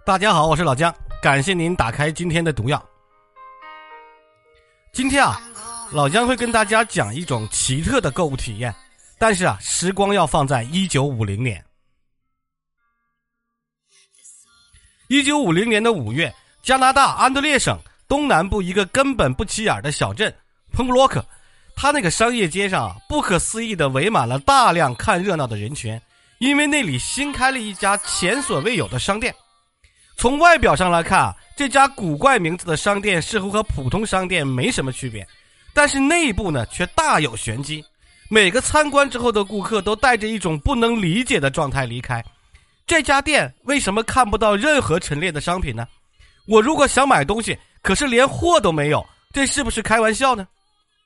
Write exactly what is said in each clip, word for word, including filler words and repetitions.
大家好，我是老姜，感谢您打开今天的毒药。今天啊，老姜会跟大家讲一种奇特的购物体验，但是啊，时光要放在一九五零年。一九五零年的五月，加拿大安德烈省东南部一个根本不起眼的小镇彭布洛克，它那个商业街上啊，不可思议地围满了大量看热闹的人群，因为那里新开了一家前所未有的商店。从外表上来看啊，这家古怪名字的商店似乎和普通商店没什么区别，但是内部呢却大有玄机。每个参观之后的顾客都带着一种不能理解的状态离开。这家店为什么看不到任何陈列的商品呢？我如果想买东西，可是连货都没有，这是不是开玩笑呢？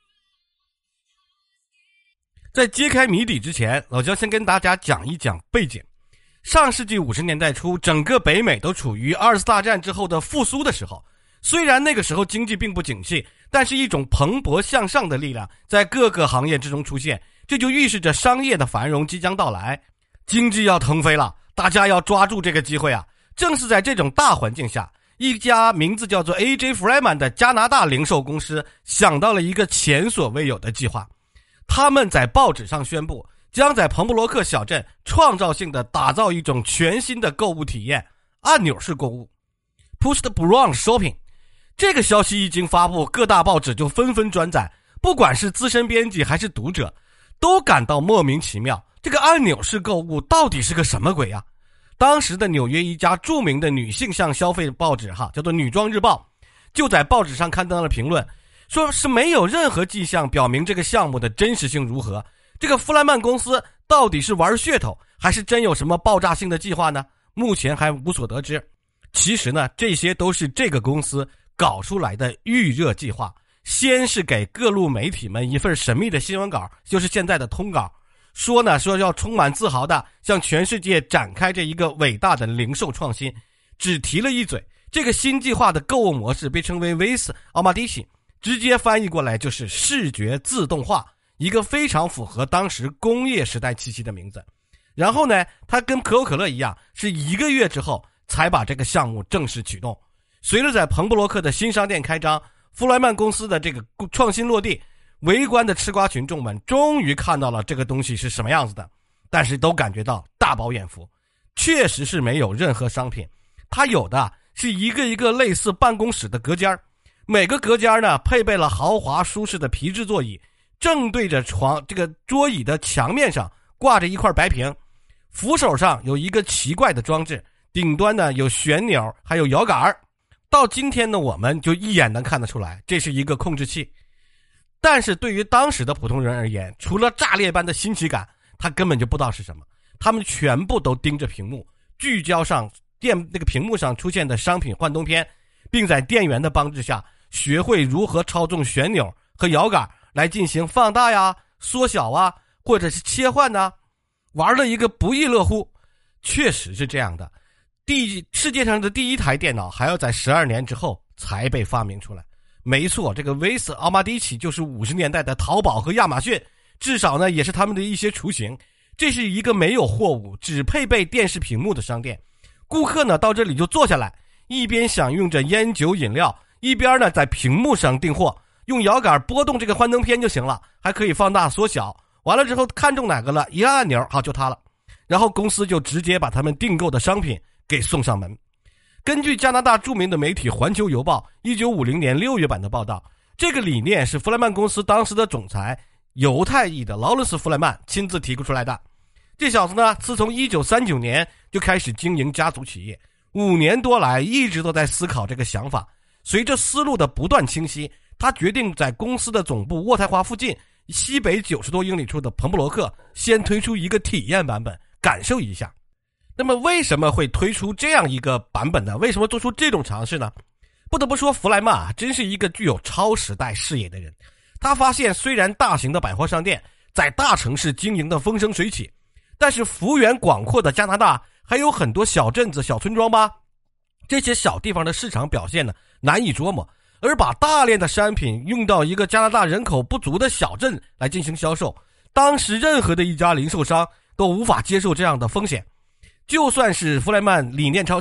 在揭开谜底之前，老姜先跟大家讲一讲背景。上世纪五十年代初，整个北美都处于二次大战之后的复苏的时候。虽然那个时候经济并不景气，但是一种蓬勃向上的力量在各个行业之中出现，这就预示着商业的繁荣即将到来，经济要腾飞了，大家要抓住这个机会啊！正是在这种大环境下，一家名字叫做 A J Freeman 的加拿大零售公司想到了一个前所未有的计划。他们在报纸上宣布，将在彭布洛克小镇创造性地打造一种全新的购物体验——按钮式购物 Push Button Shopping。 这个消息一经发布，各大报纸就纷纷转载，不管是资深编辑还是读者，都感到莫名其妙，这个按钮式购物到底是个什么鬼啊？当时的纽约一家著名的女性向消费报纸哈，叫做女装日报，就在报纸上刊登了评论，说是没有任何迹象表明这个项目的真实性如何，这个弗莱曼公司到底是玩噱头，还是真有什么爆炸性的计划呢？目前还无所得知。其实呢，这些都是这个公司搞出来的预热计划，先是给各路媒体们一份神秘的新闻稿，就是现在的通稿，说呢说要充满自豪的向全世界展开这一个伟大的零售创新，只提了一嘴，这个新计划的购物模式被称为 With Automation， 直接翻译过来就是视觉自动化，一个非常符合当时工业时代气息的名字。然后呢，它跟可口可乐一样，是一个月之后才把这个项目正式启动。随着在彭布洛克的新商店开张，弗莱曼公司的这个创新落地，围观的吃瓜群众们终于看到了这个东西是什么样子的，但是都感觉到大饱眼福。确实是没有任何商品，它有的是一个一个类似办公室的隔间，每个隔间呢配备了豪华舒适的皮质座椅，正对着床这个桌椅的墙面上挂着一块白屏，扶手上有一个奇怪的装置，顶端呢有旋钮还有摇杆。到今天呢，我们就一眼能看得出来，这是一个控制器。但是对于当时的普通人而言，除了炸裂般的新奇感，他根本就不知道是什么。他们全部都盯着屏幕，聚焦上店那个屏幕上出现的商品幻灯片，并在店员的帮助下学会如何操纵旋钮和摇杆来进行放大呀、缩小啊，或者是切换啊，玩了一个不亦乐乎。确实是这样的，第世界上的第一台电脑还要在十二年之后才被发明出来。没错，这个威斯奥马迪奇就是五十年代的淘宝和亚马逊，至少呢也是他们的一些雏形。这是一个没有货物，只配备电视屏幕的商店。顾客呢到这里就坐下来，一边享用着烟酒饮料，一边呢在屏幕上订货，用摇杆拨动这个幻灯片就行了，还可以放大缩小。完了之后看中哪个了，一按按钮，好，就它了。然后公司就直接把他们订购的商品给送上门。根据加拿大著名的媒体《环球邮报》一九五零年六月版的报道，这个理念是弗莱曼公司当时的总裁犹太裔的劳伦斯·弗莱曼亲自提出来的。这小子呢，自从一九三九年就开始经营家族企业，五年多来一直都在思考这个想法。随着思路的不断清晰，他决定在公司的总部渥太华附近西北九十多英里处的彭布洛克先推出一个体验版本，感受一下。那么为什么会推出这样一个版本呢？为什么做出这种尝试呢？不得不说，弗莱曼啊，真是一个具有超时代视野的人。他发现，虽然大型的百货商店在大城市经营的风生水起，但是幅员广阔的加拿大还有很多小镇子、小村庄吧。这些小地方的市场表现呢，难以捉摸，而把大量的商品用到一个加拿大人口不足的小镇来进行销售，当时任何的一家零售商都无法接受这样的风险。就算是弗莱曼理念超前，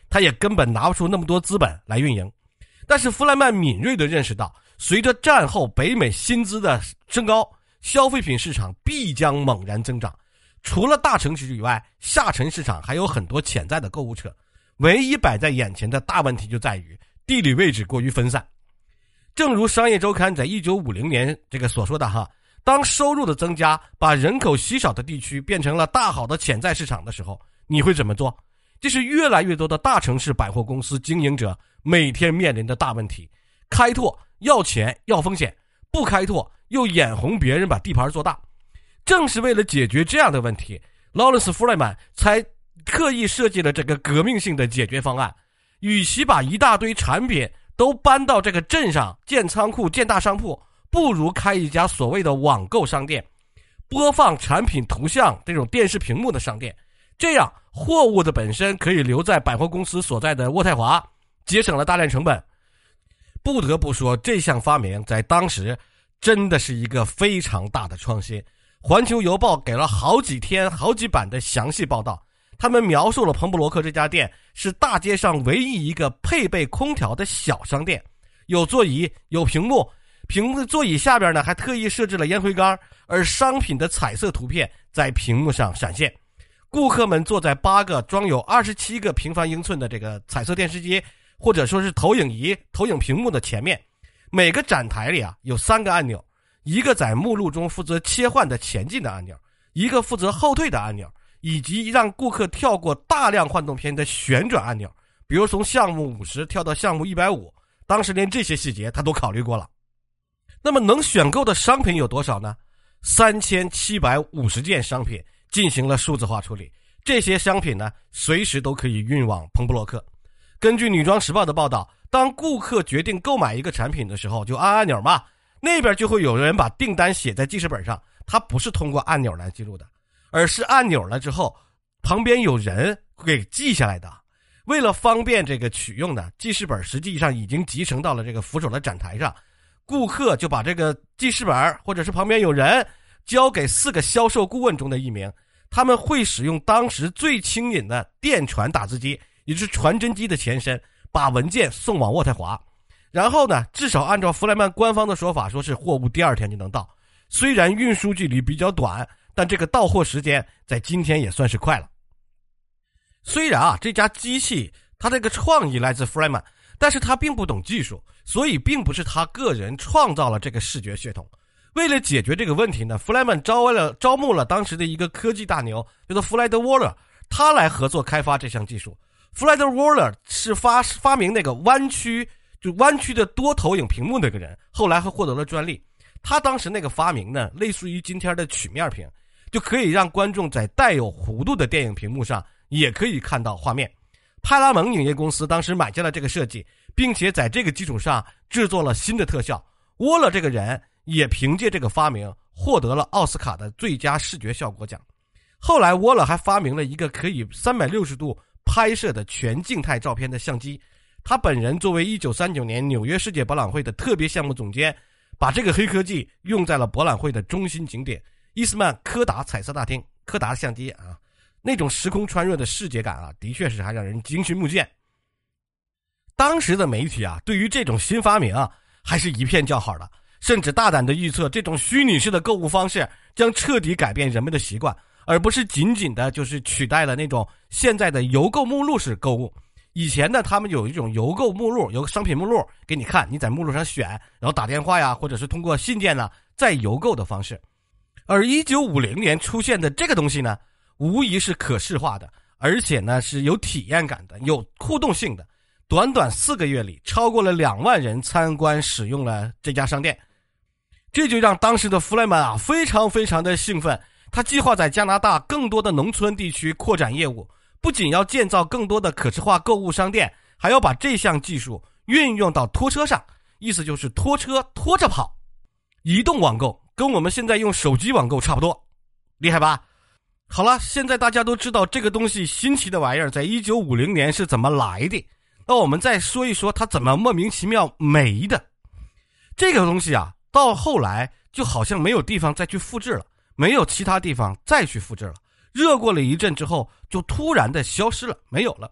他也根本拿不出那么多资本来运营。但是弗莱曼敏锐地认识到，随着战后北美薪资的升高，消费品市场必将猛然增长。除了大城市以外，下沉市场还有很多潜在的购物者。唯一摆在眼前的大问题就在于地理位置过于分散。正如商业周刊在一九五零年这个所说的哈，当收入的增加把人口稀少的地区变成了大好的潜在市场的时候，你会怎么做？这是越来越多的大城市百货公司经营者每天面临的大问题。开拓要钱要风险，不开拓又眼红别人把地盘做大。正是为了解决这样的问题，劳伦斯·弗莱曼才刻意设计了这个革命性的解决方案。与其把一大堆产品都搬到这个镇上建仓库建大商铺，不如开一家所谓的网购商店，播放产品图像这种电视屏幕的商店。这样货物的本身可以留在百货公司所在的渥太华，节省了大量成本。不得不说，这项发明在当时真的是一个非常大的创新。环球邮报给了好几天好几版的详细报道，他们描述了彭布罗克这家店是大街上唯一一个配备空调的小商店，有座椅有屏幕，屏幕的座椅下边呢还特意设置了烟灰缸，而商品的彩色图片在屏幕上闪现。顾客们坐在八个装有二十七个平方英寸的这个彩色电视机或者说是投影仪投影屏幕的前面，每个展台里啊有三个按钮，一个在目录中负责切换的前进的按钮，一个负责后退的按钮，以及让顾客跳过大量幻动片的旋转按钮，比如从项目五十跳到项目一百五，当时连这些细节他都考虑过了。那么能选购的商品有多少呢？三千七百五十件商品进行了数字化处理，这些商品呢随时都可以运往彭布洛克。根据女装时报的报道，当顾客决定购买一个产品的时候，就按按钮嘛，那边就会有人把订单写在记事本上，它不是通过按钮来记录的，而是按钮了之后旁边有人给记下来的。为了方便这个取用呢，记事本实际上已经集成到了这个扶手的展台上，顾客就把这个记事本或者是旁边有人交给四个销售顾问中的一名，他们会使用当时最轻盈的电传打字机，也就是传真机的前身，把文件送往渥太华。然后呢，至少按照弗莱曼官方的说法，说是货物第二天就能到。虽然运输距离比较短，但这个到货时间在今天也算是快了。虽然啊，这家机器它这个创意来自弗莱曼，但是他并不懂技术，所以并不是他个人创造了这个视觉系统。为了解决这个问题呢，弗莱曼招了招募了当时的一个科技大牛，叫做弗莱德·沃勒，他来合作开发这项技术。弗莱德·沃勒是发发明那个弯曲就弯曲的多投影屏幕那个人，后来还获得了专利。他当时那个发明呢，类似于今天的曲面屏，就可以让观众在带有弧度的电影屏幕上也可以看到画面。派拉蒙影业公司当时买下了这个设计，并且在这个基础上制作了新的特效。沃勒这个人也凭借这个发明获得了奥斯卡的最佳视觉效果奖。后来沃勒还发明了一个可以三百六十度拍摄的全静态照片的相机。他本人作为一九三九年纽约世界博览会的特别项目总监，把这个黑科技用在了博览会的中心景点伊斯曼柯达彩色大厅。柯达相机啊，那种时空穿越的视觉感啊，的确是还让人惊心目见。当时的媒体啊，对于这种新发明啊，还是一片叫好的，甚至大胆的预测这种虚拟式的购物方式将彻底改变人们的习惯，而不是仅仅的就是取代了那种现在的邮购目录式购物。以前呢，他们有一种邮购目录，有个商品目录给你看，你在目录上选，然后打电话呀，或者是通过信件呢再邮购的方式。而一九五零年出现的这个东西呢，无疑是可视化的，而且呢是有体验感的，有互动性的。短短四个月里，超过了两万人参观使用了这家商店，这就让当时的弗莱曼啊非常非常的兴奋。他计划在加拿大更多的农村地区扩展业务，不仅要建造更多的可视化购物商店，还要把这项技术运用到拖车上，意思就是拖车拖着跑。移动网购跟我们现在用手机网购差不多，厉害吧？好了，现在大家都知道这个东西新奇的玩意儿在一九五零年是怎么来的，那我们再说一说它怎么莫名其妙没的。这个东西啊，到后来就好像没有地方再去复制了，没有其他地方再去复制了，热过了一阵之后就突然的消失了，没有了。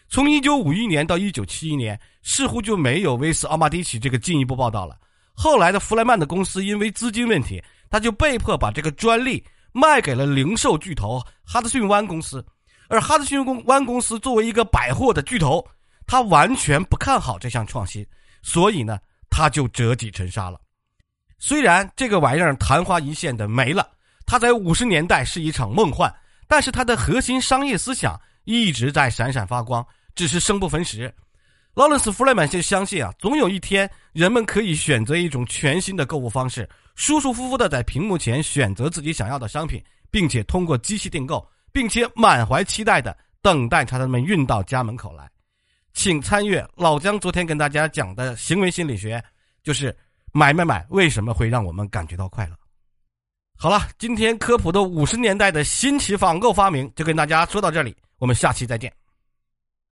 从一九五一年到一九七一年，似乎就没有威斯奥马迪奇这个进一步报道了。后来的弗莱曼的公司因为资金问题，他就被迫把这个专利卖给了零售巨头哈德逊湾公司。而哈德逊湾公司作为一个百货的巨头，他完全不看好这项创新，所以呢，他就折戟沉沙了。虽然这个玩意儿昙花一现的没了，它在五十年代是一场梦幻，但是它的核心商业思想一直在闪闪发光，只是生不逢时。劳伦斯·弗莱曼就相信啊，总有一天人们可以选择一种全新的购物方式，舒舒服服的在屏幕前选择自己想要的商品，并且通过机器订购，并且满怀期待的等待它们运到家门口来。请参阅老姜昨天跟大家讲的行为心理学，就是买买买为什么会让我们感觉到快乐。好了，今天科普的五十年代的新奇仿购发明就跟大家说到这里，我们下期再见。